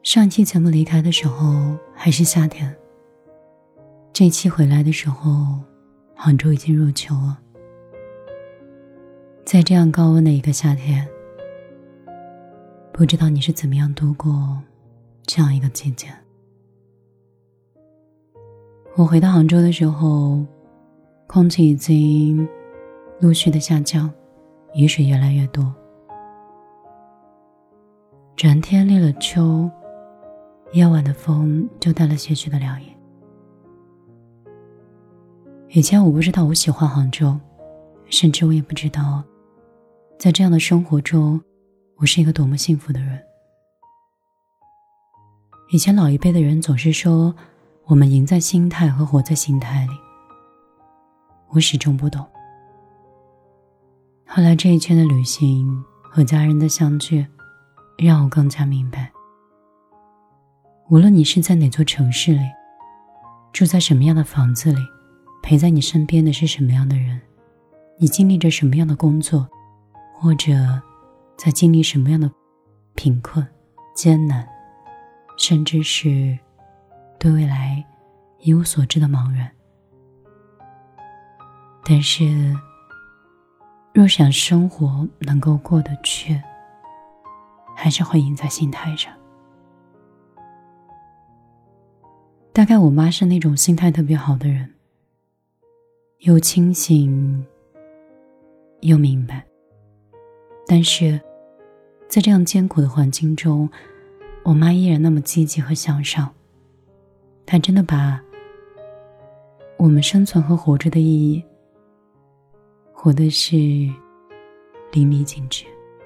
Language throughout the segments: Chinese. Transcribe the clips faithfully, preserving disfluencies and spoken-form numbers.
上一期节目离开的时候还是夏天，这一期回来的时候杭州已经入秋了。在这样高温的一个夏天，不知道你是怎么样度过这样一个季节。我回到杭州的时候，空气已经陆续的下降，雨水越来越多。转天立了秋，夜晚的风就带了些许的凉意。以前我不知道我喜欢杭州，甚至我也不知道在这样的生活中我是一个多么幸福的人。以前老一辈的人总是说我们赢在心态和活在心态里，我始终不懂。后来这一圈的旅行和家人的相聚，让我更加明白，无论你是在哪座城市里，住在什么样的房子里，陪在你身边的是什么样的人，你经历着什么样的工作，或者在经历什么样的贫困、艰难，甚至是对未来一无所知的茫然。但是若想生活能够过得去，还是会赢在心态上。大概我妈是那种心态特别好的人，又清醒又明白，但是在这样艰苦的环境中，我妈依然那么积极和向上。她真的把我们生存和活着的意义活的是淋漓尽致。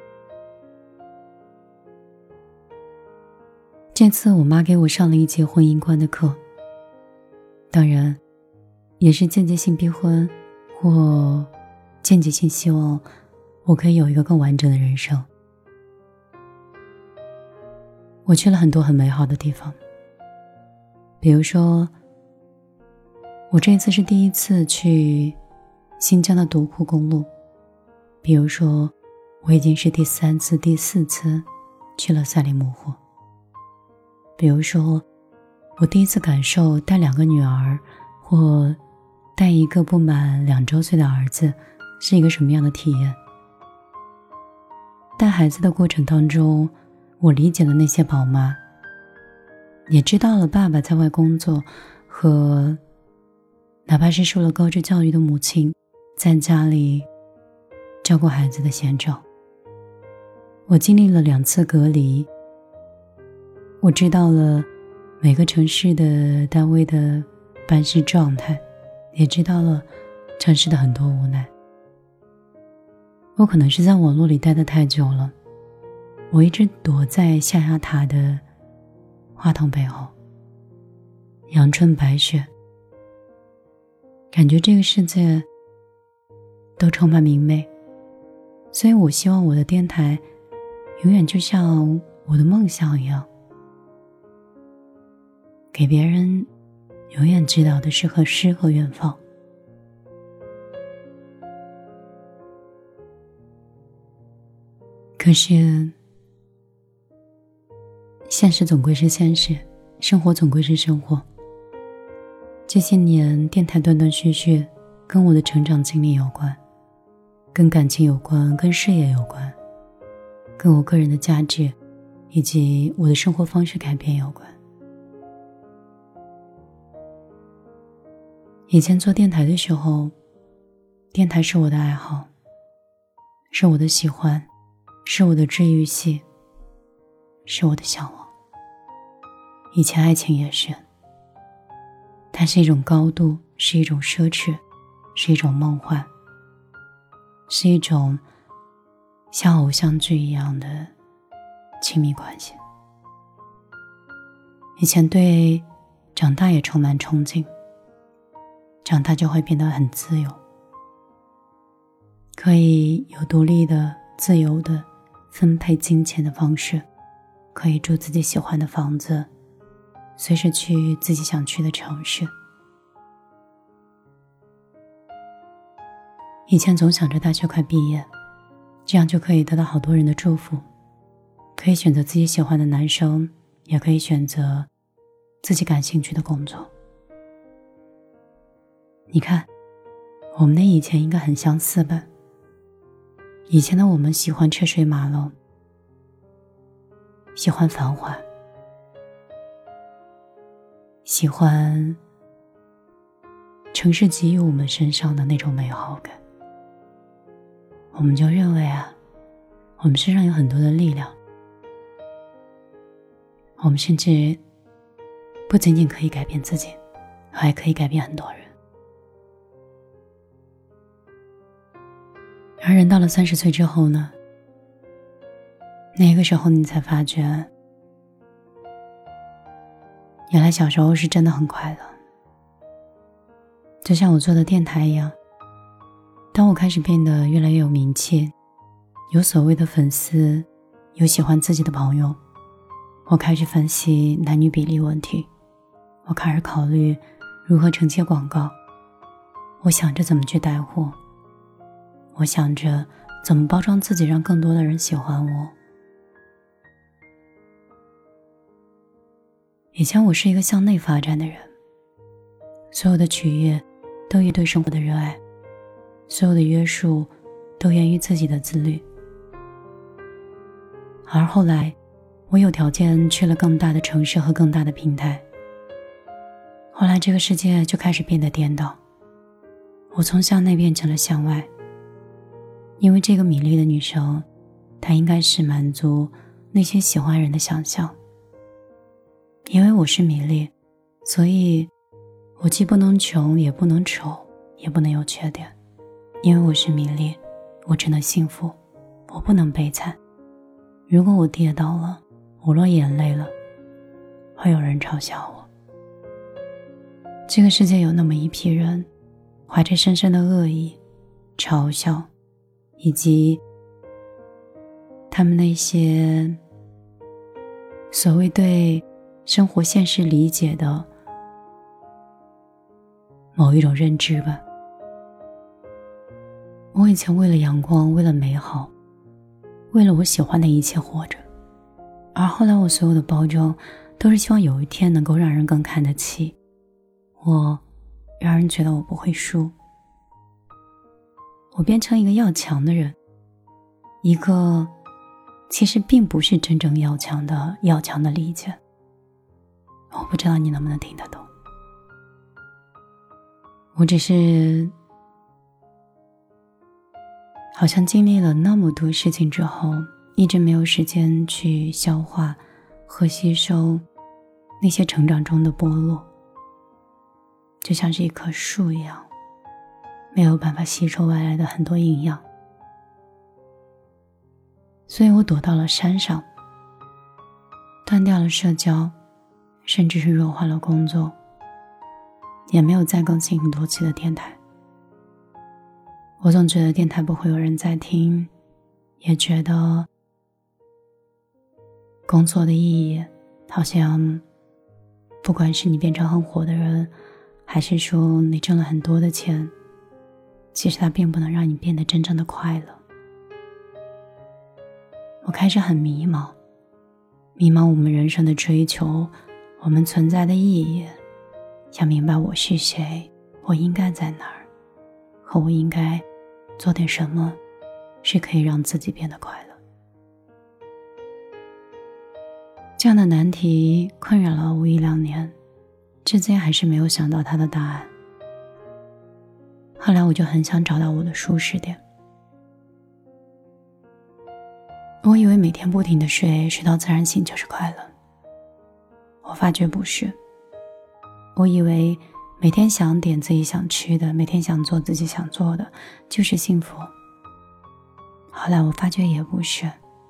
这次我妈给我上了一节婚姻观的课，当然也是间接性逼婚或间接性希望我可以有一个更完整的人生。我去了很多很美好的地方，比如说我这一次是第一次去新疆的独库公路，比如说我已经是第三次第四次去了赛里木湖，比如说我第一次感受带两个女儿或带一个不满两周岁的儿子是一个什么样的体验。带孩子的过程当中，我理解了那些宝妈，也知道了爸爸在外工作和哪怕是受了高质教育的母亲在家里照顾孩子的现状。我经历了两次隔离，我知道了每个城市的单位的办事状态，也知道了城市的很多无奈。我可能是在网络里待得太久了，我一直躲在象牙塔的话筒背后，阳春白雪，感觉这个世界都充满明媚。所以我希望我的电台永远就像我的梦想一样，给别人永远知道的是和诗和远方。可是现实总归是现实，生活总归是生活。这些年电台断断续续，跟我的成长经历有关，跟感情有关，跟事业有关，跟我个人的价值以及我的生活方式改变有关。以前做电台的时候，电台是我的爱好，是我的喜欢，是我的治愈系，是我的向往。以前爱情也是，它是一种高度，是一种奢侈，是一种梦幻，是一种像偶像剧一样的亲密关系。以前对长大也充满憧憬，长大就会变得很自由，可以有独立的自由的分配金钱的方式，可以住自己喜欢的房子，随时去自己想去的城市。以前总想着大学快毕业，这样就可以得到好多人的祝福，可以选择自己喜欢的男生， 也可以选择自己感兴趣的工作。你看，我们的以前应该很相似吧？以前的我们喜欢车水马龙，喜欢繁华，喜欢城市给予我们身上的那种美好感。我们就认为啊，我们身上有很多的力量，我们甚至不仅仅可以改变自己，还可以改变很多人。而人到了三十岁之后呢，那个时候你才发觉，原来小时候是真的很快乐。就像我做的电台一样，当我开始变得越来越有名气，有所谓的粉丝，有喜欢自己的朋友，我开始分析男女比例问题，我开始考虑如何承接广告，我想着怎么去带货，我想着怎么包装自己让更多的人喜欢我。以前我是一个向内发展的人，所有的取悦都与对生活的热爱，所有的约束都源于自己的自律。而后来我有条件去了更大的城市和更大的平台，后来这个世界就开始变得颠倒，我从向内变成了向外。因为这个美丽的女生，她应该是满足那些喜欢人的想象。因为我是米粒，所以我既不能穷，也不能丑，也不能有缺点。因为我是米粒，我只能幸福，我不能悲惨。如果我跌倒了，我落眼泪了，会有人嘲笑我。这个世界有那么一批人，怀着深深的恶意、嘲笑，以及他们那些所谓对生活现实理解的某一种认知吧。我以前为了阳光，为了美好，为了我喜欢的一切活着，而后来我所有的包装都是希望有一天能够让人更看得起我，让人觉得我不会输。我变成一个要强的人，一个其实并不是真正要强的要强的理解。我不知道你能不能听得懂。我只是好像经历了那么多事情之后，一直没有时间去消化和吸收那些成长中的剥落，就像是一棵树一样，没有办法吸收外来的很多营养。所以我躲到了山上，断掉了社交，甚至是弱化了工作，也没有再更新很多期的电台。我总觉得电台不会有人在听，也觉得工作的意义好像不管是你变成很火的人，还是说你挣了很多的钱，其实它并不能让你变得真正的快乐。我开始很迷茫，迷茫我们人生的追求，我们存在的意义，想明白我是谁，我应该在哪儿，和我应该做点什么是可以让自己变得快乐。这样的难题困扰了我一两年，至今还是没有想到它的答案。后来我就很想找到我的舒适点。我以为每天不停地睡，睡到自然醒就是快乐。我发觉不是。我以为每天想点自己想吃的，每天想做自己想做的，就是幸福。后来我发觉也不是。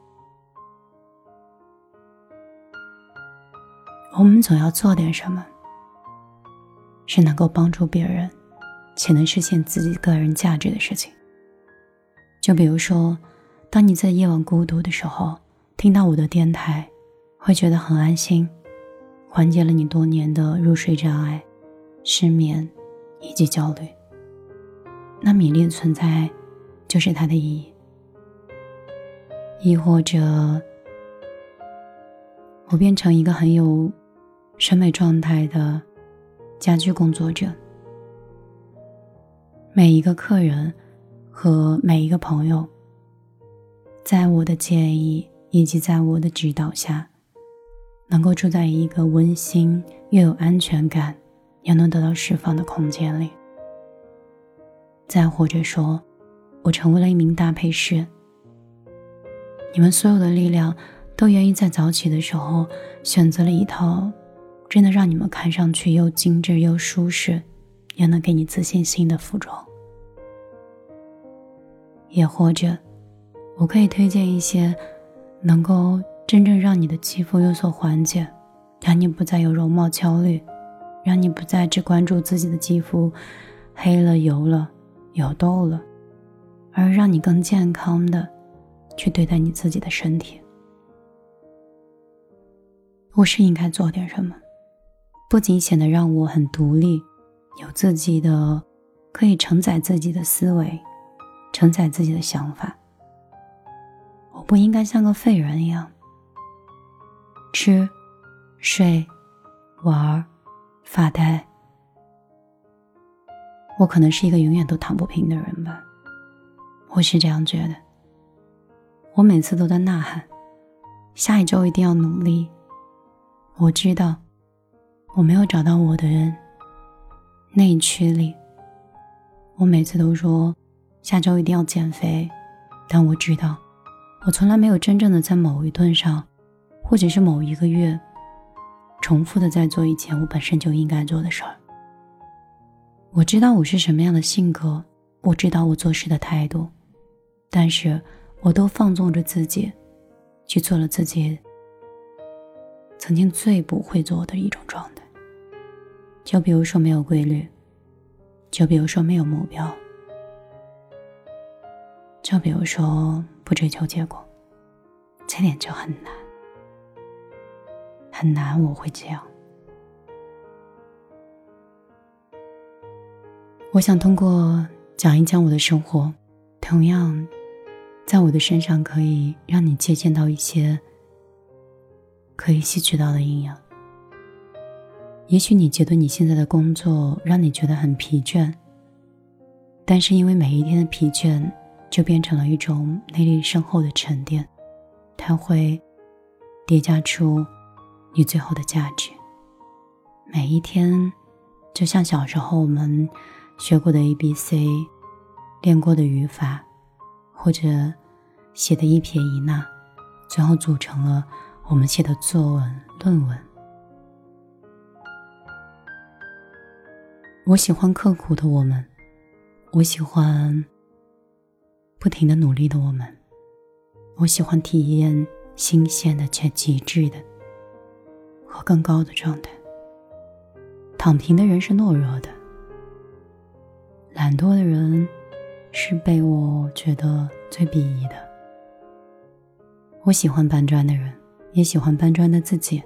我们总要做点什么，是能够帮助别人，且能实现自己个人价值的事情。就比如说，当你在夜晚孤独的时候，听到我的电台，会觉得很安心，缓解了你多年的入睡障碍、失眠以及焦虑。那米粒的存在就是它的意义。亦或者我变成一个很有审美状态的家居工作者。每一个客人和每一个朋友，在我的建议以及在我的指导下，能够住在一个温馨又有安全感又能得到释放的空间里。再或者说，我成为了一名搭配师，你们所有的力量都源于在早起的时候选择了一套真的让你们看上去又精致又舒适又能给你自信心的服装。也或者我可以推荐一些能够真正让你的肌肤有所缓解，让你不再有容貌焦虑，让你不再只关注自己的肌肤黑了油了有痘了，而让你更健康的去对待你自己的身体。我是应该做点什么，不仅显得让我很独立，有自己的可以承载自己的思维，承载自己的想法。我不应该像个废人一样吃睡玩发呆。我可能是一个永远都躺不平的人吧，我是这样觉得。我每次都在呐喊，下一周一定要努力。我知道我没有找到我的人，内驱力。我每次都说下周一定要减肥，但我知道我从来没有真正的在某一顿上，或者是某一个月重复的在做一件我本身就应该做的事儿。我知道我是什么样的性格，我知道我做事的态度，但是我都放纵着自己去做了自己曾经最不会做的一种状态。就比如说没有规律，就比如说没有目标，就比如说不追求结果，这点就很难很难。我会这样。我想通过讲一讲我的生活，同样在我的身上可以让你借鉴到一些可以吸取到的营养。也许你觉得你现在的工作让你觉得很疲倦，但是因为每一天的疲倦就变成了一种内力深厚的沉淀，它会叠加出你最后的价值。每一天就像小时候我们学过的 A B C， 练过的语法，或者写的一撇一捺，最后组成了我们写的作文论文。我喜欢刻苦的我们，我喜欢不停的努力的我们，我喜欢体验新鲜的且极致的和更高的状态。躺平的人是懦弱的，懒惰的人是被我觉得最鄙夷的。我喜欢搬砖的人，也喜欢搬砖的自己。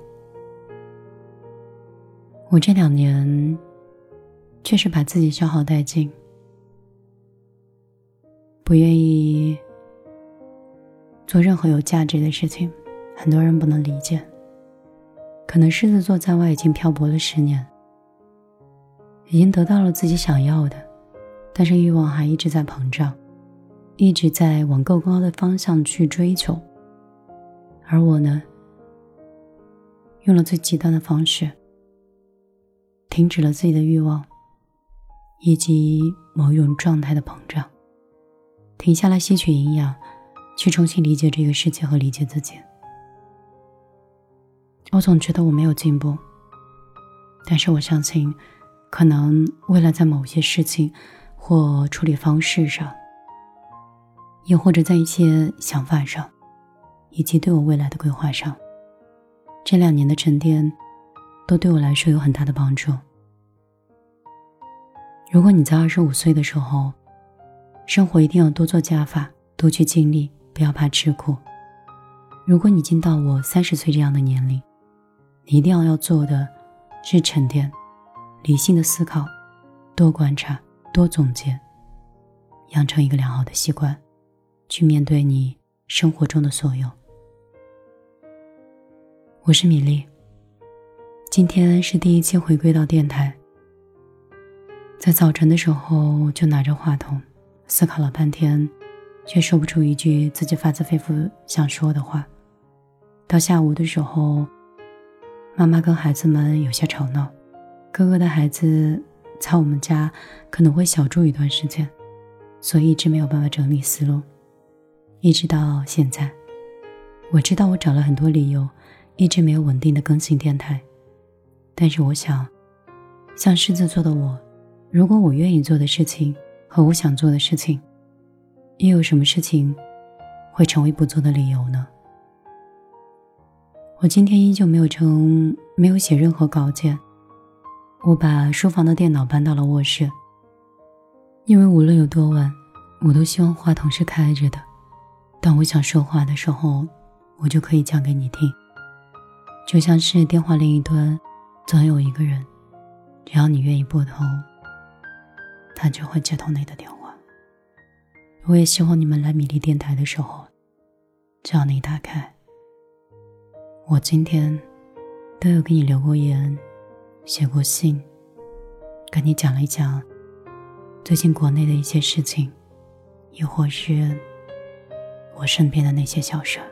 我这两年确实把自己消耗殆尽，不愿意做任何有价值的事情，很多人不能理解。可能狮子座在外已经漂泊了十年，已经得到了自己想要的，但是欲望还一直在膨胀，一直在往更高的方向去追求。而我呢，用了最极端的方式，停止了自己的欲望以及某一种状态的膨胀，停下来吸取营养，去重新理解这个世界和理解自己。我总觉得我没有进步，但是我相信可能未来在某些事情或处理方式上，也或者在一些想法上，以及对我未来的规划上，这两年的沉淀都对我来说有很大的帮助。如果你在二十五岁的时候，生活一定要多做加法，多去经历，不要怕吃苦。如果你已经到我三十岁这样的年龄，你一定要要做的是沉淀，理性的思考，多观察，多总结，养成一个良好的习惯，去面对你生活中的所有。 我是米粒，今天是第一期回归到电台。在早晨的时候就拿着话筒思考了半天，却说不出一句自己发自肺腑想说的话。到下午的时候，妈妈跟孩子们有些吵闹，哥哥的孩子在我们家可能会小住一段时间，所以一直没有办法整理思路。一直到现在，我知道我找了很多理由一直没有稳定的更新电台，但是我想，像狮子座的我，如果我愿意做的事情和我想做的事情，又有什么事情会成为不做的理由呢？我今天依旧没有成没有写任何稿件，我把书房的电脑搬到了卧室，因为无论有多晚，我都希望话筒是开着的。当我想说话的时候，我就可以讲给你听，就像是电话另一端总有一个人，只要你愿意拨通，他就会接通你的电话。我也希望你们来米粒电台的时候，只要你打开，我今天都有给你留过言，写过信，跟你讲了一讲最近国内的一些事情，亦或是我身边的那些小事儿。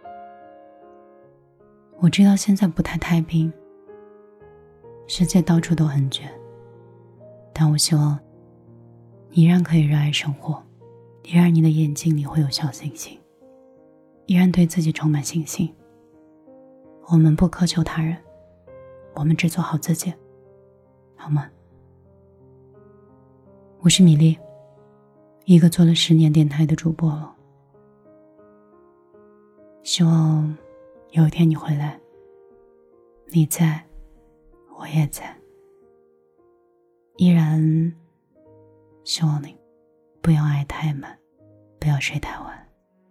我知道现在不太太平，世界到处都很卷，但我希望你依然可以热爱生活，依然你的眼睛里会有小星星，依然对自己充满信心。我们不苛求他人，我们只做好自己，好吗？我是米粒，一个做了十年电台的主播了。希望有一天你回来，你在，我也在，依然希望你不要爱太满，不要睡太晚。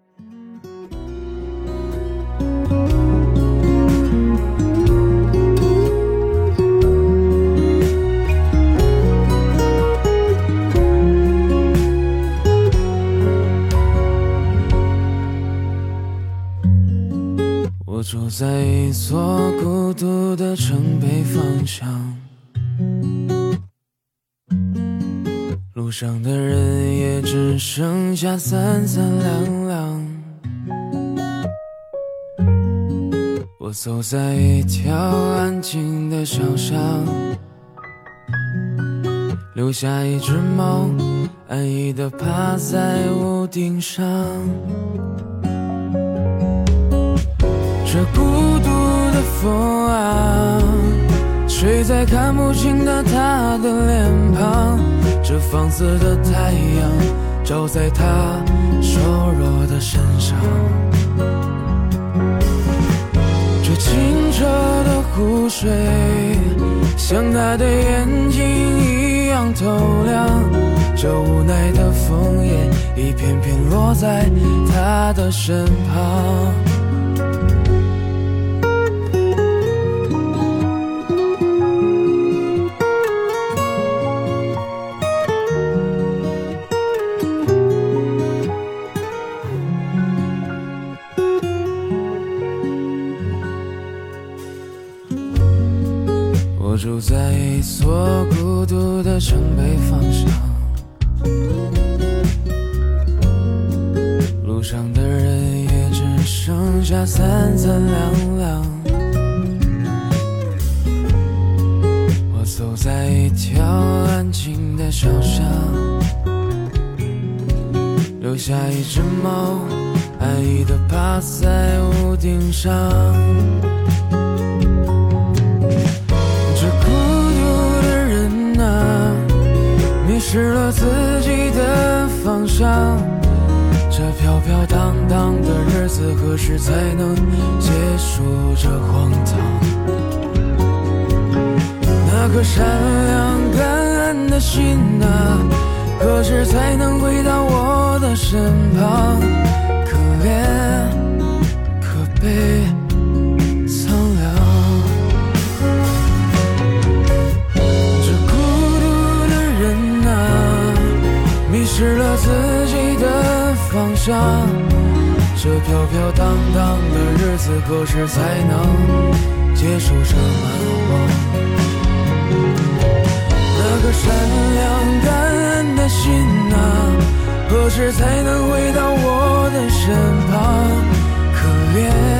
我住在一座孤独的城北方向，路上的人也只剩下三三两两。我走在一条安静的小巷，留下一只猫安逸地趴在屋顶上。这孤独的风啊，吹在看不清的他的脸庞，这放肆的太阳照在他瘦弱的身上，这清澈的湖水像他的眼睛一样透亮，这无奈的枫叶一片片落在他的身旁。我住在一座孤独的城北方向，路上的人也只剩下三三两两。我走在一条安静的小巷，留下一只猫安逸地趴在屋顶上。失了自己的方向，这飘飘荡荡的日子何时才能结束这荒唐？那颗善良感恩的心啊，何时才能回到我的身旁？可怜可悲苍凉，这孤独的人啊，迷失了自己的方向， 这飘飘荡荡的日子何时才能结束这漫画？那个善良感恩的心啊，何时才能回到我的身旁？可怜